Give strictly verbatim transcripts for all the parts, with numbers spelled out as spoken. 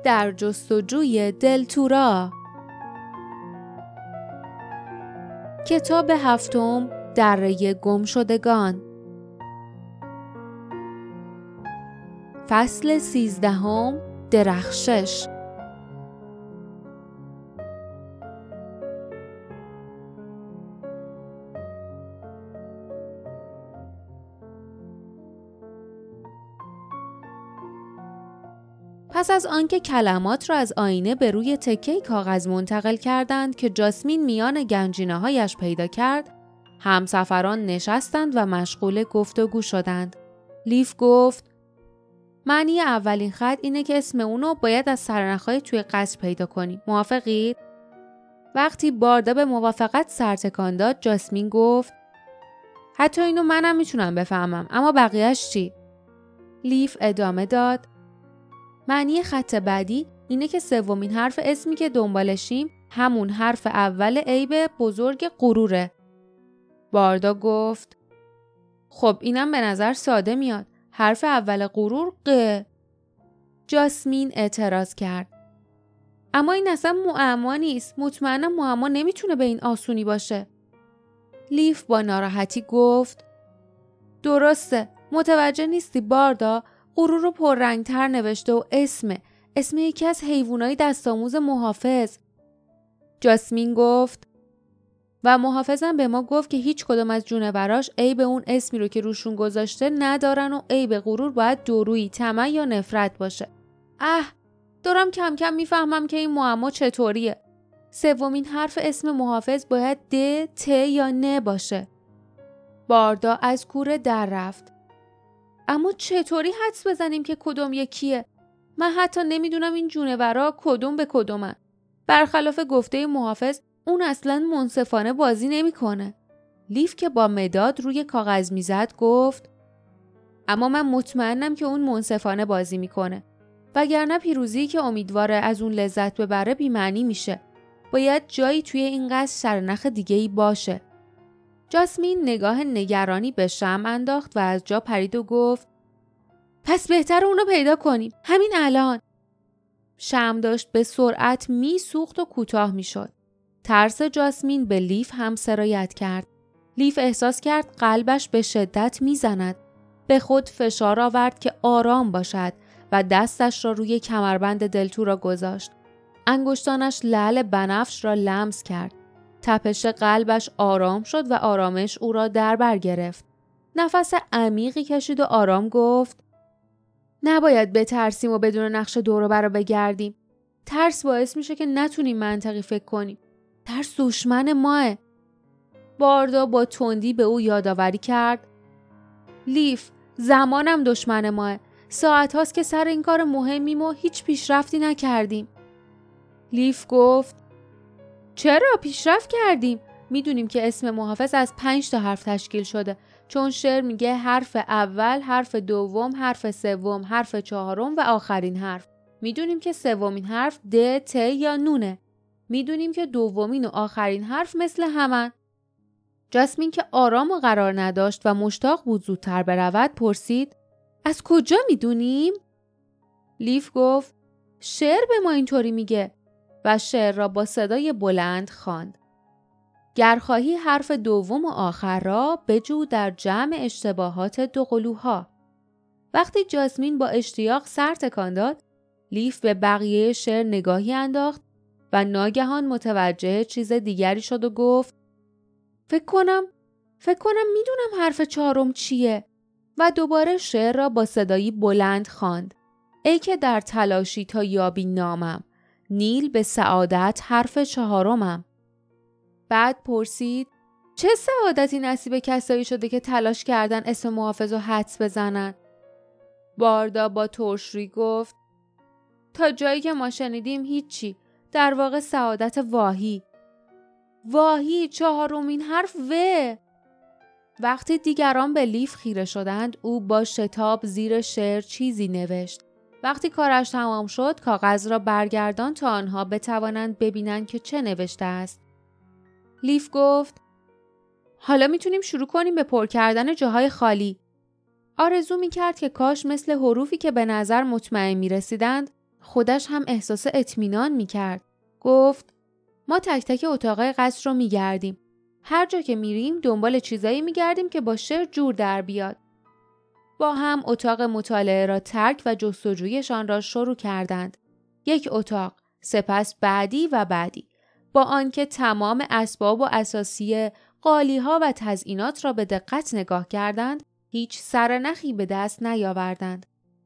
در جستجوی دلتورا. کتاب هفتم، دره گمشدگان. فصل سیزدهم، درخشش. پس از آنکه کلمات را از آینه به روی تکه کاغذ منتقل کردند که جاسمین میان گنجینه‌هایش پیدا کرد، همسفران نشستند و مشغول گفتگو شدند. لیف گفت: معنی اولین خط اینه که اسم اونو باید از سرنخ‌های توی قصر پیدا کنیم. موافقید؟ وقتی باردا به موافقت سر تکان داد، جاسمین گفت: حتی اینو منم میتونم بفهمم، اما بقیه‌اش چی؟ لیف ادامه داد: معنی خط بعدی اینه که سومین حرف اسمی که دنبالشیم همون حرف اول عیب بزرگ غروره. باردا گفت: خب اینم به نظر ساده میاد. حرف اول غرور ق. جاسمین اعتراض کرد: اما این اصلا معما نیست. مطمئنم معما نمیتونه به این آسونی باشه. لیف با ناراحتی گفت: درسته. متوجه نیستی باردا؟ غرور رو پررنگتر نوشته و اسمه. اسم یکی از حیوانای دستاموز محافظ. جاسمین گفت: و محافظم به ما گفت که هیچ کدوم از جونوراش عیب اون اسمی رو که روشون گذاشته ندارن و عیب غرور باید دورویی، طمع یا نفرت باشه. اه، دارم کم کم میفهمم که این معما چطوریه. سومین حرف اسم محافظ باید د، ت یا ن باشه. باردا از کوره در رفت. اما چطوری حدس بزنیم که کدوم یکیه؟ من حتی نمیدونم این جونورا کدوم به کدومن. برخلاف گفته محافظ، اون اصلاً منصفانه بازی نمیکنه. لیف که با مداد روی کاغذ میزد گفت: اما من مطمئنم که اون منصفانه بازی میکنه. وگرنه پیروزی که امیدواره از اون لذت ببره بی‌معنی میشه. باید جایی توی این قصر سرنخ دیگه‌ای باشه. جاسمین نگاه نگرانی به شمع انداخت و از جا پرید و گفت: پس بهتره اونو پیدا کنیم. همین الان. شمع داشت به سرعت میسوخت و کوتاه میشد. ترس جاسمین به لیف هم سرایت کرد. لیف احساس کرد قلبش به شدت میزند. به خود فشار آورد که آرام باشد و دستش را روی کمربند دلتورا گذاشت. انگشتانش لعل بنفش را لمس کرد. تپش قلبش آرام شد و آرامش او را در بر گرفت. نفس عمیقی کشید و آرام گفت: نباید بترسیم و بدون نقشه دور و بر بگردیم. ترس باعث میشه که نتونیم منطقی فکر کنیم. ترس دشمن ماه. باردا با تندی به او یادآوری کرد: لیف، زمانم دشمن ماه. ساعت هاست که سر این کار مهمیم و هیچ پیشرفتی نکردیم. لیف گفت: چرا؟ پیشرفت کردیم. میدونیم که اسم محافظ از پنج تا حرف تشکیل شده، چون شعر میگه حرف اول، حرف دوم، حرف سوم، حرف چهارم و آخرین حرف. میدونیم که سومین حرف د، ت یا نونه. میدونیم که دومین و آخرین حرف مثل همن. جاسمین که آرام و قرار نداشت و مشتاق بود زودتر برود پرسید: از کجا میدونیم؟ لیف گفت: شعر به ما اینطوری میگه. و شعر را با صدای بلند خواند: گر خواهی حرف دوم و آخر را بجو در جمع اشتباهات دو قلوها. وقتی جاسمین با اشتیاق سر تکان داد، لیف به بقیه شعر نگاهی انداخت و ناگهان متوجه چیز دیگری شد و گفت: فکر کنم فکر کنم میدونم حرف چهارم چیه. و دوباره شعر را با صدایی بلند خواند: ای که در تلاشی تا یابی نامم، نیل به سعادت حرف چهارمم. بعد پرسید: چه سعادتی نصیب کسایی شده که تلاش کردن اسم محافظ رو حدس بزنن؟ باردا با ترشرویی گفت: تا جایی که ما شنیدیم هیچی. در واقع سعادت واهی. واهی، چهارمین حرف و. وقتی دیگران به لیف خیره شدند، او با شتاب زیر شعر چیزی نوشت. وقتی کارش تمام شد، کاغذ را برگردان تا آنها بتوانند ببینند که چه نوشته است. لیف گفت: حالا میتونیم شروع کنیم به پر کردن جاهای خالی. آرزو میکرد که کاش مثل حروفی که به نظر مطمئن میرسیدند، خودش هم احساس اطمینان میکرد. گفت ما تک تک اتاقای قصر رو میگردیم. هر جا که میریم دنبال چیزایی میگردیم که با شعر جور در بیاد. با هم اتاق مطالعه را ترک و جستجویشان را شروع کردند. یک اتاق، سپس بعدی و بعدی. با آنکه تمام اسباب و اساسیه، قالی‌ها و تزئینات را به دقت نگاه کردند، هیچ سرنخی به دست نیاوردند.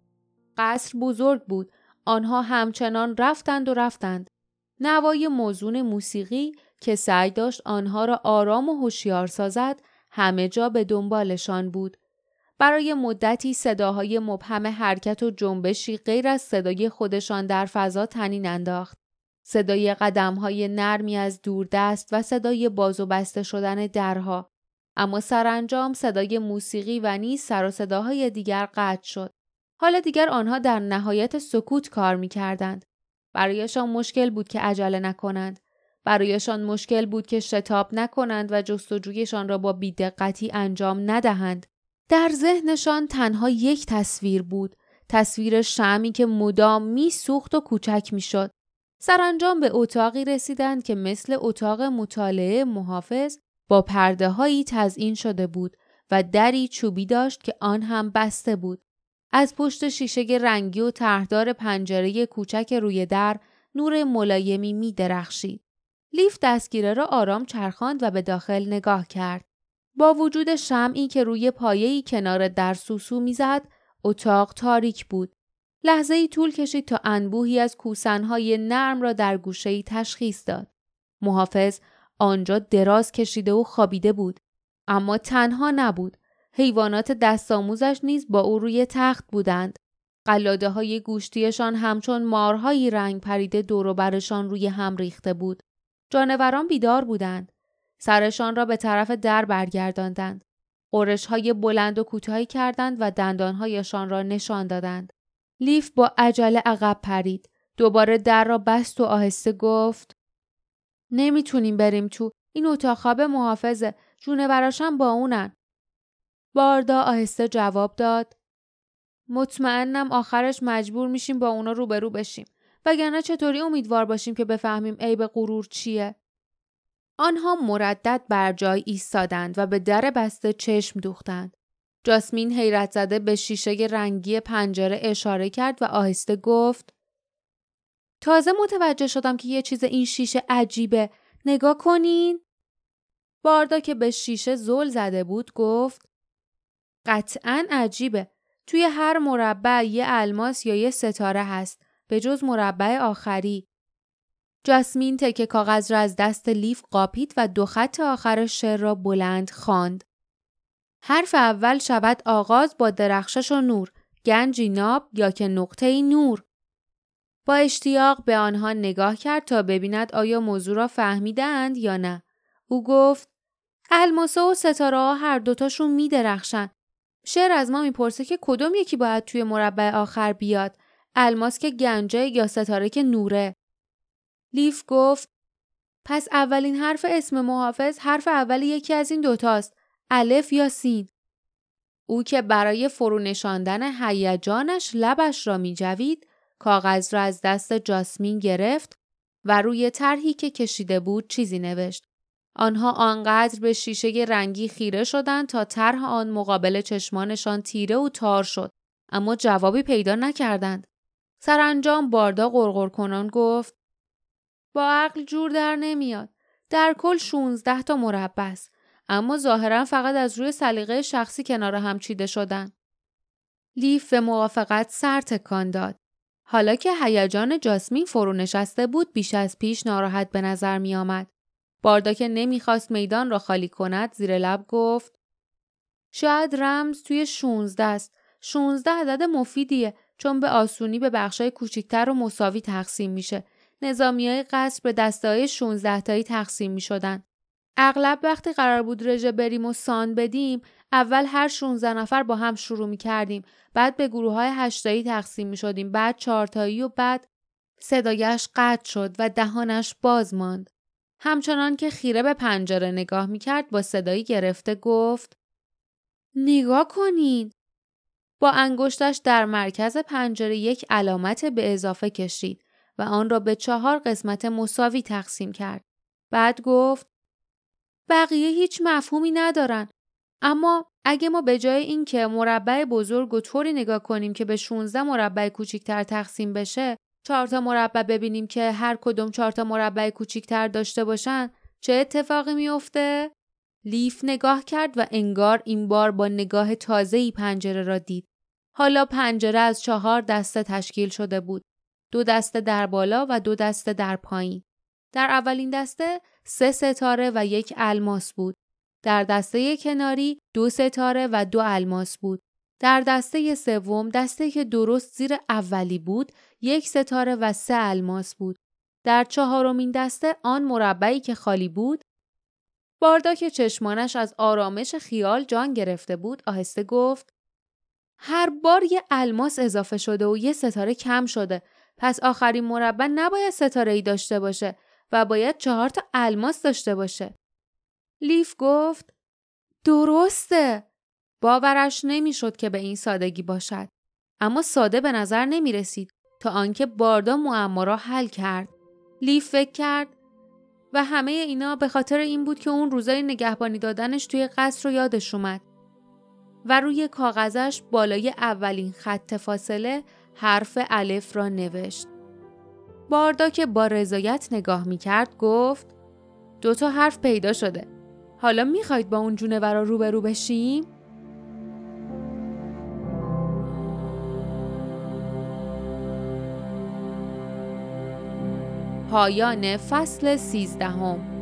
قصر بزرگ بود. آنها همچنان رفتند و رفتند. نوای موزون موسیقی که سعی داشت آنها را آرام و هوشیار سازد، همه جا به دنبالشان بود. برای مدتی صداهای مبهم حرکت و جنبشی غیر از صدای خودشان در فضا طنین انداخت. صدای قدم‌های نرمی از دوردست و صدای باز و بسته شدن درها. اما سرانجام صدای موسیقی و نیز سر و صداهای دیگر قطع شد. حالا دیگر آنها در نهایت سکوت کار می‌کردند. برایشان مشکل بود که عجله نکنند. برایشان مشکل بود که شتاب نکنند و جستجویشان را با بی‌دقتی انجام ندهند. در ذهنشان تنها یک تصویر بود. تصویر شمعی که مدام می‌سوخت و کوچک می‌شد. سرانجام به اتاقی رسیدند که مثل اتاق مطالعه محافظ با پرده‌هایی تزئین شده بود و دری چوبی داشت که آن هم بسته بود. از پشت شیشه رنگی و طرحدار پنجره کوچک روی در نور ملایمی می درخشید. لیف دستگیره را آرام چرخاند و به داخل نگاه کرد. با وجود شمعی که روی پایه‌ای کنار در سوسو می‌زد، اتاق تاریک بود. لحظه‌ای طول کشید تا انبوهی از کوسن‌های نرم را در گوشه‌ای تشخیص داد. محافظ آنجا دراز کشیده و خوابیده بود، اما تنها نبود. حیوانات دستآموزش نیز با او روی تخت بودند. قلاده‌های گوشتیشان همچون مارهایی رنگ پریده دور و برشان روی هم ریخته بود. جانوران بیدار بودند. سرشان را به طرف در برگرداندند. غرش‌های بلند و کوتاهی کردند و دندان‌هایشان را نشان دادند. لیف با عجله عقب پرید. دوباره در را بست و آهسته گفت: نمیتونیم بریم تو. این اتاق خواب محافظه. جونوراشم با اونن. باردا آهسته جواب داد: مطمئنم آخرش مجبور میشیم با اونا روبرو بشیم. وگرنه چطوری امیدوار باشیم که بفهمیم عیب غرور چیه؟ آنها مردد بر جای ایستادند و به در بسته چشم دوختند. جاسمین حیرت زده به شیشه رنگی پنجره اشاره کرد و آهسته گفت: تازه متوجه شدم که یه چیز این شیشه عجیبه. نگاه کنین. باردا که به شیشه زل زده بود گفت: قطعاً عجیبه. توی هر مربع یه الماس یا یه ستاره هست، به جز مربع آخری. جاسمین تکه کاغذ را از دست لیف قاپید و دو خط آخر شعر را بلند خواند. حرف اول شود آغاز با درخشش و نور، گنجی ناب یا که نقطه‌ای نور. با اشتیاق به آنها نگاه کرد تا ببیند آیا موضوع را فهمیدند یا نه. او گفت: الماسا و ستاره ها هر دوتاشون می درخشن. شعر از ما میپرسه که کدوم یکی باید توی مربع آخر بیاد، الماس که گنجه یا ستاره که نوره. لیف گفت: پس اولین حرف اسم محافظ حرف اول یکی از این دوتاست، الف یا سین. او که برای فرو نشاندن هیجانش لبش را میجوید، کاغذ را از دست جاسمین گرفت و روی طرحی که کشیده بود چیزی نوشت. آنها آنقدر به شیشه رنگی خیره شدند تا طرح آن مقابل چشمانشان تیره و تار شد، اما جوابی پیدا نکردند. سرانجام باردا غرغر کنان گفت: با عقل جور در نمیاد. در کل شانزده تا مربع است، اما ظاهرا فقط از روی سلیقه شخصی کنار هم چیده شدن. لیف به موافقت سر تکان داد. حالا که هیجان جاسمین فرو نشسته بود، بیش از پیش ناراحت به نظر می آمد. باردا که نمیخواست میدان را خالی کند زیر لب گفت: شاید رمز توی شانزده است. شانزده عدد مفیدیه، چون به آسونی به بخشای کوچکتر و مساوی تقسیم میشه. نظامیای قصر به دسته‌های شانزده تایی تقسیم میشدن. اغلب وقتی قرار بود رژه بریم و سان بدیم، اول هر شانزده نفر با هم شروع میکردیم، بعد به گروه‌های هشت تایی تقسیم میشدیم، بعد چهار تایی و بعد صدایش قطع شد و دهانش باز ماند. همچنان که خیره به پنجره نگاه میکرد با صدایی گرفته گفت: نگاه کنین. با انگشتش در مرکز پنجره یک علامت به اضافه کشید و آن را به چهار قسمت مساوی تقسیم کرد. بعد گفت بقیه هیچ مفهومی ندارن. اما اگه ما به جای این که مربع بزرگ و طوری نگاه کنیم که به شانزده مربع کوچیک‌تر تقسیم بشه، چهار تا مربع ببینیم که هر کدوم چهار تا مربع کوچیک‌تر داشته باشن، چه اتفاقی میفته؟ لیف نگاه کرد و انگار این بار با نگاه تازه‌ای پنجره را دید. حالا پنجره از چهار دسته تشکیل شده بود. دو دسته در بالا و دو دسته در پایین. در اولین دسته سه ستاره و یک الماس بود. در دسته کناری دو ستاره و دو الماس بود. در دسته سوم، دسته که درست زیر اولی بود، یک ستاره و سه الماس بود. در چهارمین دسته آن مربعی که خالی بود، باردا که چشمانش از آرامش خیال جان گرفته بود، آهسته گفت هر بار یه الماس اضافه شده و یه ستاره کم شده. پس آخرین مربع نباید ستاره‌ای داشته باشه و باید چهار تا الماس داشته باشه. لیف گفت درسته. باورش نمیشد که به این سادگی باشد. اما ساده به نظر نمی رسید تا آنکه باردا معما را حل کرد. لیف فکر کرد و همه اینا به خاطر این بود که اون روزای نگهبانی دادنش توی قصر رو یادش اومد و روی کاغذش بالای اولین خط فاصله حرف الف را نوشت. باردا که با رضایت نگاه میکرد گفت دو تا حرف پیدا شده. حالا میخواید با اون جونورا روبرو بشیم؟ پایان فصل سیزدهم.